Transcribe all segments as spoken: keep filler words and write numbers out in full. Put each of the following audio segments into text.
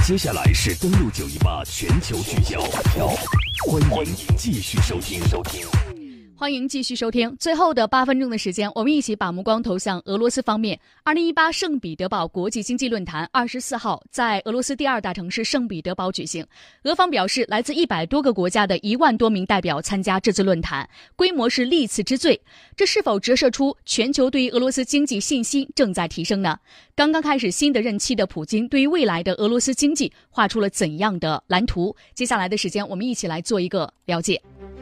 接下来是登陆九一八全球聚焦，欢迎继续收听收听。 欢迎继续收听最后的八分钟的时间，我们一起把目光投向俄罗斯方面。二零一八圣彼得堡国际经济论坛二十四号在俄罗斯第二大城市圣彼得堡举行。俄方表示，来自一百多个国家的一万多名代表参加这次论坛，规模是历次之最。这是否折射出全球对于俄罗斯经济信心正在提升呢？刚刚开始新的任期的普京对于未来的俄罗斯经济画出了怎样的蓝图？接下来的时间，我们一起来做一个了解。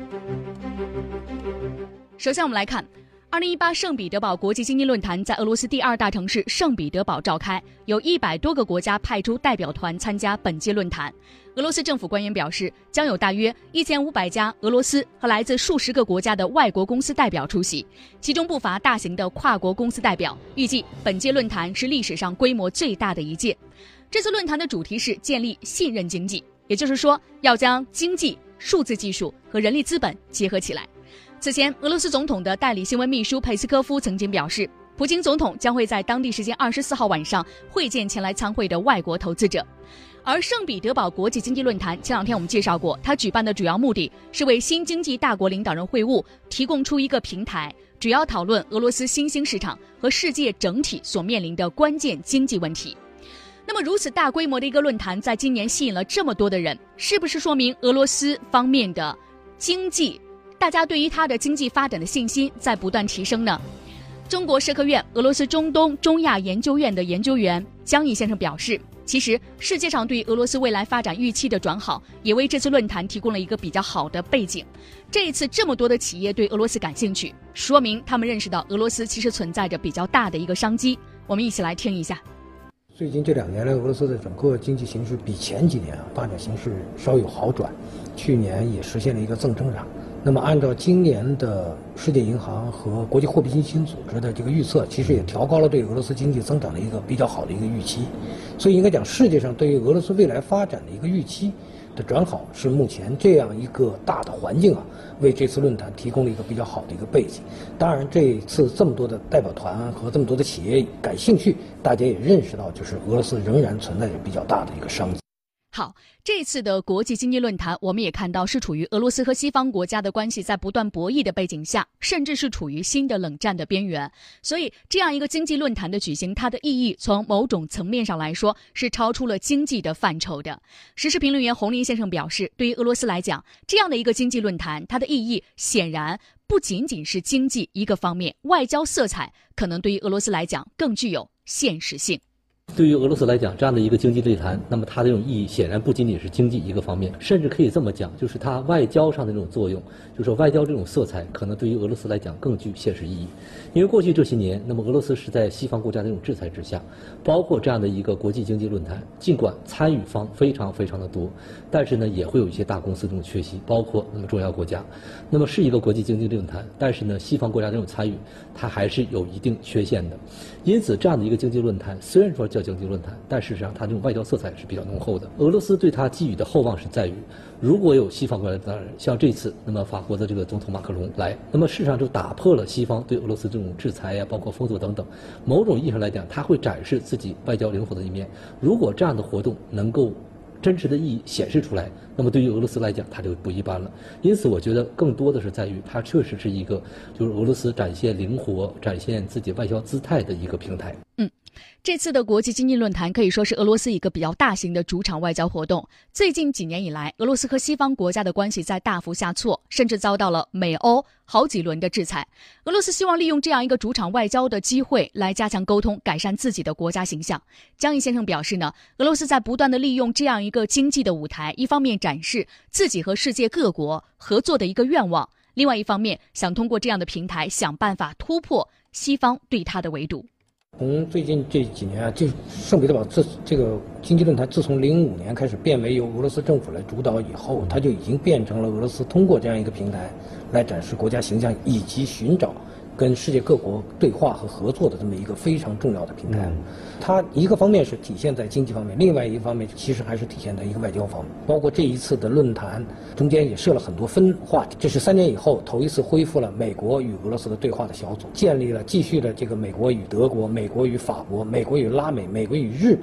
首先我们来看二零一八圣彼得堡国际经济论坛在俄罗斯第二大城市圣彼得堡召开，有一百多个国家派出代表团参加本届论坛。俄罗斯政府官员表示，将有大约一千五百家俄罗斯和来自数十个国家的外国公司代表出席，其中不乏大型的跨国公司代表。预计本届论坛是历史上规模最大的一届。这次论坛的主题是建立信任经济，也就是说要将经济、数字技术和人力资本结合起来。此前，俄罗斯总统的代理新闻秘书佩斯科夫曾经表示，普京总统将会在当地时间二十四号晚上会见前来参会的外国投资者。而圣彼得堡国际经济论坛前两天我们介绍过，它举办的主要目的是为新经济大国领导人会晤提供出一个平台，主要讨论俄罗斯新兴市场和世界整体所面临的关键经济问题。那么如此大规模的一个论坛在今年吸引了这么多的人，是不是说明俄罗斯方面的经济大家对于它的经济发展的信心在不断提升呢？中国社科院俄罗斯中东中亚研究院的研究员江毅先生表示，其实世界上对于俄罗斯未来发展预期的转好，也为这次论坛提供了一个比较好的背景。这一次这么多的企业对俄罗斯感兴趣，说明他们认识到俄罗斯其实存在着比较大的一个商机。我们一起来听一下。 最近这两年来，俄罗斯的整个经济形势比前几年啊发展形势稍有好转，去年也实现了一个正增长。那么按照今年的世界银行和国际货币基金组织的这个预测，其实也调高了对俄罗斯经济增长的一个比较好的一个预期。所以应该讲，世界上对于俄罗斯未来发展的一个预期的转好，是目前这样一个大的环境啊，为这次论坛提供了一个比较好的一个背景。当然，这次这么多的代表团和这么多的企业感兴趣，大家也认识到，就是俄罗斯仍然存在着比较大的一个商机。 好，这次的国际经济论坛，我们也看到是处于俄罗斯和西方国家的关系在不断博弈的背景下，甚至是处于新的冷战的边缘。所以这样一个经济论坛的举行，它的意义从某种层面上来说是超出了经济的范畴的。时事评论员洪林先生表示，对于俄罗斯来讲，这样的一个经济论坛，它的意义显然不仅仅是经济一个方面，外交色彩可能对于俄罗斯来讲更具有现实性。 对于俄罗斯来讲，这样的一个经济论坛，那么它的这种意义显然不仅仅是经济一个方面，甚至可以这么讲，就是它外交上的这种作用，就是说外交这种色彩可能对于俄罗斯来讲更具现实意义。因为过去这些年，那么俄罗斯是在西方国家的这种制裁之下，包括这样的一个国际经济论坛，尽管参与方非常非常的多，但是呢也会有一些大公司这种缺席，包括那么重要国家。那么是一个国际经济论坛，但是呢西方国家这种参与它还是有一定缺陷的。因此这样的一个经济论坛虽然说叫经济论坛，但事实上它这种外交色彩是比较浓厚的。俄罗斯对它寄予的厚望是在于，如果有西方国家的人，像这次那么法国的这个总统马克龙来，那么事实上就打破了西方对俄罗斯这种制裁呀、包括封锁等等。某种意义上来讲，它会展示自己外交灵活的一面。如果这样的活动能够真实的意义显示出来，那么对于俄罗斯来讲，它就不一般了。因此，我觉得更多的是在于，它确实是一个就是俄罗斯展现灵活、展现自己外交姿态的一个平台。 嗯。这次的国际经济论坛可以说是俄罗斯一个比较大型的主场外交活动。最近几年以来，俄罗斯和西方国家的关系在大幅下挫，甚至遭到了美欧好几轮的制裁。俄罗斯希望利用这样一个主场外交的机会来加强沟通，改善自己的国家形象。江毅先生表示呢，俄罗斯在不断的利用这样一个经济的舞台，一方面展示自己和世界各国合作的一个愿望，另外一方面想通过这样的平台想办法突破西方对它的围堵。 从最近这几年啊，就圣彼得堡这这个经济论坛，自从零五年开始变为由俄罗斯政府来主导以后，它就已经变成了俄罗斯通过这样一个平台来展示国家形象以及寻找跟世界各国对话和合作的这么一个非常重要的平台。它一个方面是体现在经济方面，另外一个方面其实还是体现在一个外交方面。包括这一次的论坛中间也设了很多分话题，这是三年以后头一次恢复了美国与俄罗斯的对话的小组，建立了继续的这个美国与德国、美国与法国、美国与拉美、美国与日本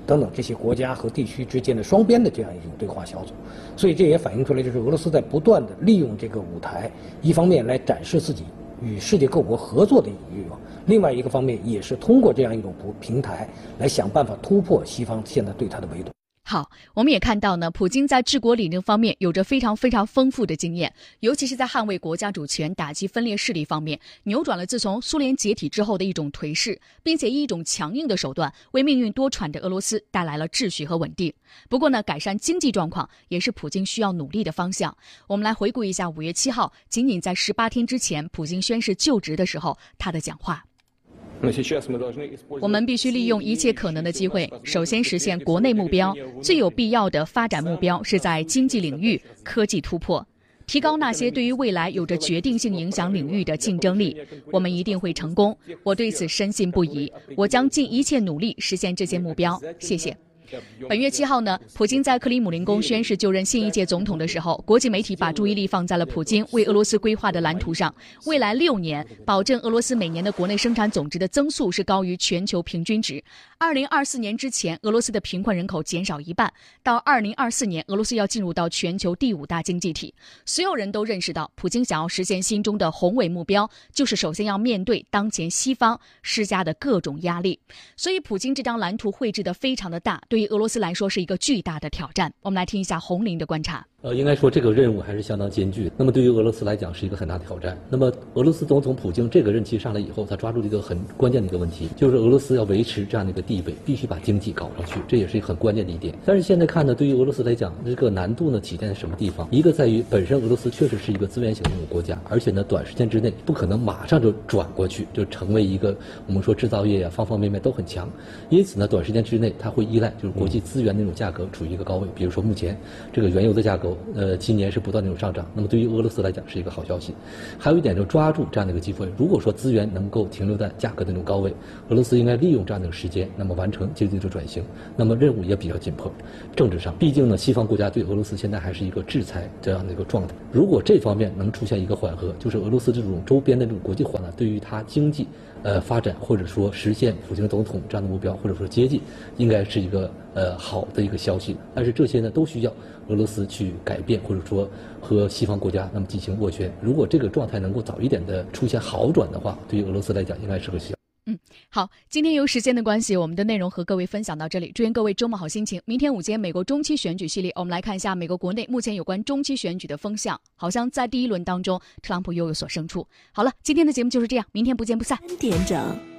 等等这些国家和地区之间的双边的这样一种对话小组。所以这也反映出来，就是俄罗斯在不断的利用这个舞台，一方面来展示自己与世界各国合作的欲望，另外一个方面也是通过这样一种平台来想办法突破西方现在对他的围堵。 好，我们也看到呢，普京在治国理政方面有着非常非常丰富的经验，尤其是在捍卫国家主权、打击分裂势力方面，扭转了自从苏联解体之后的一种颓势，并且以一种强硬的手段为命运多舛的俄罗斯带来了秩序和稳定。不过呢，改善经济状况也是普京需要努力的方向。我们来回顾一下五月七号，仅仅在十八天之前，普京宣誓就职的时候他的讲话。我们必须利用一切可能的机会，首先实现国内目标。最有必要的发展目标是在经济领域科技突破，提高那些对于未来有着决定性影响领域的竞争力。我们一定会成功，我对此深信不疑。我将尽一切努力实现这些目标。谢谢。本月七号呢，普京在克里姆林宫宣誓就任新一届总统的时候，国际媒体把注意力放在了普京为俄罗斯规划的蓝图上。未来六年，保证俄罗斯每年的国内生产总值的增速是高于全球平均值。二零二四年之前，俄罗斯的贫困人口减少一半。到二零二四年，俄罗斯要进入到全球第五大经济体。所有人都认识到，普京想要实现心中的宏伟目标，就是首先要面对当前西方施加的各种压力。所以，普京这张蓝图绘制的非常的大，对于俄罗斯来说是一个巨大的挑战。我们来听一下洪林的观察。 呃，应该说这个任务还是相当艰巨。那么对于俄罗斯来讲是一个很大的挑战。那么俄罗斯总统普京这个任期上来以后，他抓住了一个很关键的一个问题，就是俄罗斯要维持这样的一个地位，必须把经济搞上去，这也是一个很关键的一点。但是现在看呢，对于俄罗斯来讲，这个难度呢体现在什么地方？一个在于本身俄罗斯确实是一个资源型的国家，而且呢短时间之内不可能马上就转过去，就成为一个我们说制造业啊方方面面都很强。因此呢，短时间之内它会依赖就是国际资源那种价格处于一个高位，比如说目前这个原油的价格，呃，今年是不断的有上涨，那么对于俄罗斯来讲是一个好消息。还有一点，就抓住这样的一个机会，如果说资源能够停留在价格的那种高位，俄罗斯应该利用这样的一个时间，那么完成经济的转型。那么任务也比较紧迫。政治上，毕竟呢，西方国家对俄罗斯现在还是一个制裁这样的一个状态。如果这方面能出现一个缓和，就是俄罗斯这种周边的这种国际化呢，对于它经济呃发展或者说实现普京总统这样的目标，或者说接近，应该是一个呃好的一个消息。但是这些呢，都需要俄罗斯去改变，或者说和西方国家那么进行斡旋。如果这个状态能够早一点的出现好转的话，对于俄罗斯来讲应该是个消。 嗯，好，今天由时间的关系，我们的内容和各位分享到这里。祝愿各位周末好心情。明天午间美国中期选举系列，我们来看一下美国国内目前有关中期选举的风向，好像在第一轮当中，特朗普又有所胜出。好了，今天的节目就是这样，明天不见不散。 点整。